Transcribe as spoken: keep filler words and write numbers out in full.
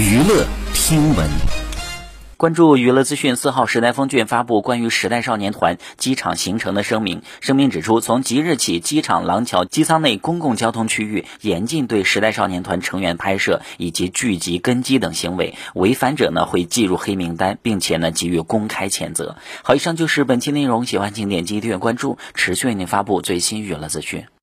娱乐听闻。 关注娱乐资讯，四号时代峰峻发布关于时代少年团机场行程的声明。声明指出，从即日起，机场廊桥机舱内公共交通区域严禁对时代少年团成员拍摄以及聚集跟机等行为，违反者呢会记入黑名单，并且呢给予公开谴责。好，以上就是本期内容，喜欢请点击订阅关注，持续为您发布最新娱乐资讯。